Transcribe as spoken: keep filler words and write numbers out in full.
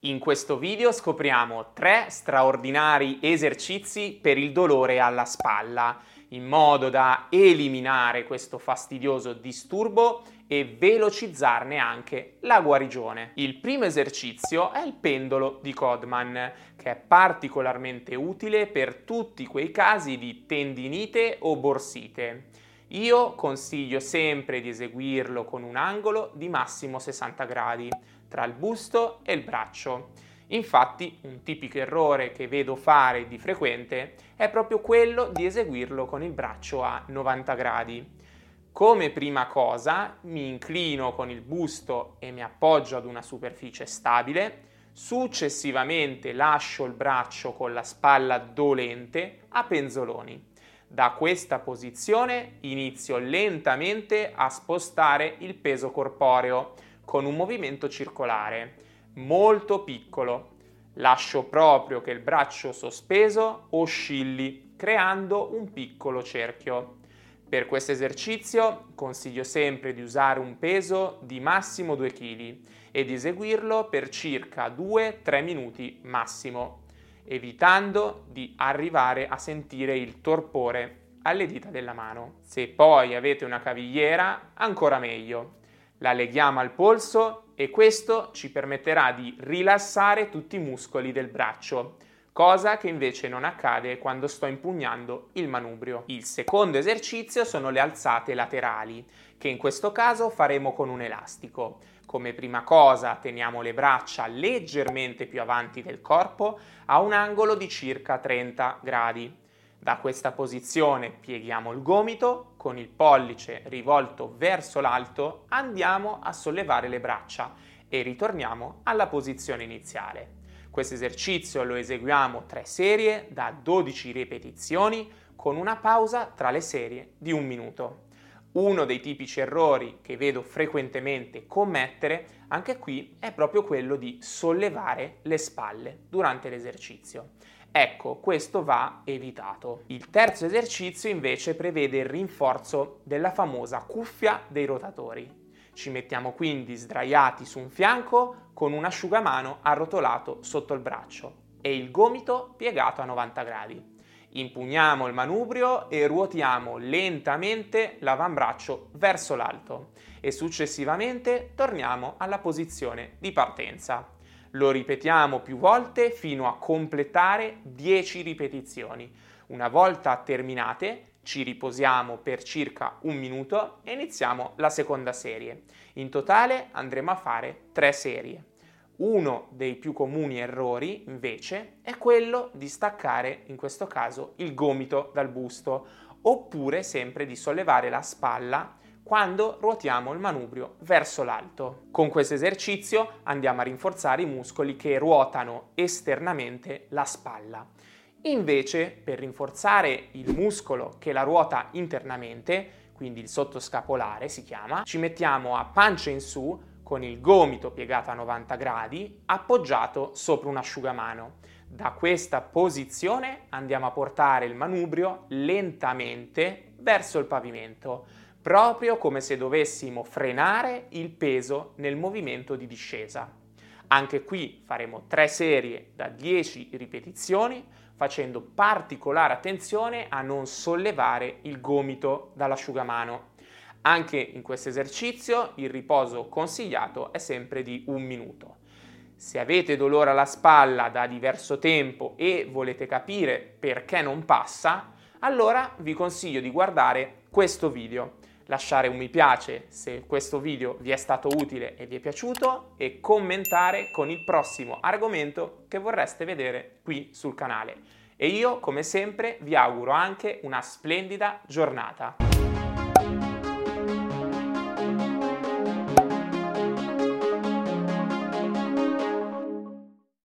In questo video scopriamo tre straordinari esercizi per il dolore alla spalla, in modo da eliminare questo fastidioso disturbo e velocizzarne anche la guarigione. Il primo esercizio è il pendolo di Codman, che è particolarmente utile per tutti quei casi di tendinite o borsite. Io consiglio sempre di eseguirlo con un angolo di massimo sessanta gradi tra il busto e il braccio. Infatti, un tipico errore che vedo fare di frequente è proprio quello di eseguirlo con il braccio a novanta gradi. Come prima cosa, mi inclino con il busto e mi appoggio ad una superficie stabile. Successivamente lascio il braccio con la spalla dolente a penzoloni. Da questa posizione inizio lentamente a spostare il peso corporeo con un movimento circolare, molto piccolo. Lascio proprio che il braccio sospeso oscilli, creando un piccolo cerchio. Per questo esercizio consiglio sempre di usare un peso di massimo due chili e di eseguirlo per circa due tre minuti massimo, evitando di arrivare a sentire il torpore alle dita della mano. Se poi avete una cavigliera, ancora meglio. La leghiamo al polso e questo ci permetterà di rilassare tutti i muscoli del braccio, cosa che invece non accade quando sto impugnando il manubrio. Il secondo esercizio sono le alzate laterali, che in questo caso faremo con un elastico. Come prima cosa teniamo le braccia leggermente più avanti del corpo a un angolo di circa trenta gradi. Da questa posizione pieghiamo il gomito, con il pollice rivolto verso l'alto andiamo a sollevare le braccia e ritorniamo alla posizione iniziale. Questo esercizio lo eseguiamo tre serie da dodici ripetizioni con una pausa tra le serie di un minuto. Uno dei tipici errori che vedo frequentemente commettere anche qui è proprio quello di sollevare le spalle durante l'esercizio. Ecco, questo va evitato. Il terzo esercizio invece prevede il rinforzo della famosa cuffia dei rotatori. Ci mettiamo quindi sdraiati su un fianco con un asciugamano arrotolato sotto il braccio e il gomito piegato a novanta gradi. Impugniamo il manubrio e ruotiamo lentamente l'avambraccio verso l'alto e successivamente torniamo alla posizione di partenza. Lo ripetiamo più volte fino a completare dieci ripetizioni. Una volta terminate, ci riposiamo per circa un minuto e iniziamo la seconda serie. In totale andremo a fare tre serie. Uno dei più comuni errori, invece, è quello di staccare, in questo caso, il gomito dal busto, oppure sempre di sollevare la spalla quando ruotiamo il manubrio verso l'alto. Con questo esercizio andiamo a rinforzare i muscoli che ruotano esternamente la spalla. Invece, per rinforzare il muscolo che la ruota internamente, quindi il sottoscapolare si chiama, ci mettiamo a pancia in su con il gomito piegato a novanta gradi, appoggiato sopra un asciugamano. Da questa posizione andiamo a portare il manubrio lentamente verso il pavimento, proprio come se dovessimo frenare il peso nel movimento di discesa. Anche qui faremo tre serie da dieci ripetizioni, facendo particolare attenzione a non sollevare il gomito dall'asciugamano. Anche in questo esercizio il riposo consigliato è sempre di un minuto. Se avete dolore alla spalla da diverso tempo e volete capire perché non passa, allora vi consiglio di guardare questo video, lasciare un mi piace se questo video vi è stato utile e vi è piaciuto e commentare con il prossimo argomento che vorreste vedere qui sul canale. E io, come sempre, vi auguro anche una splendida giornata.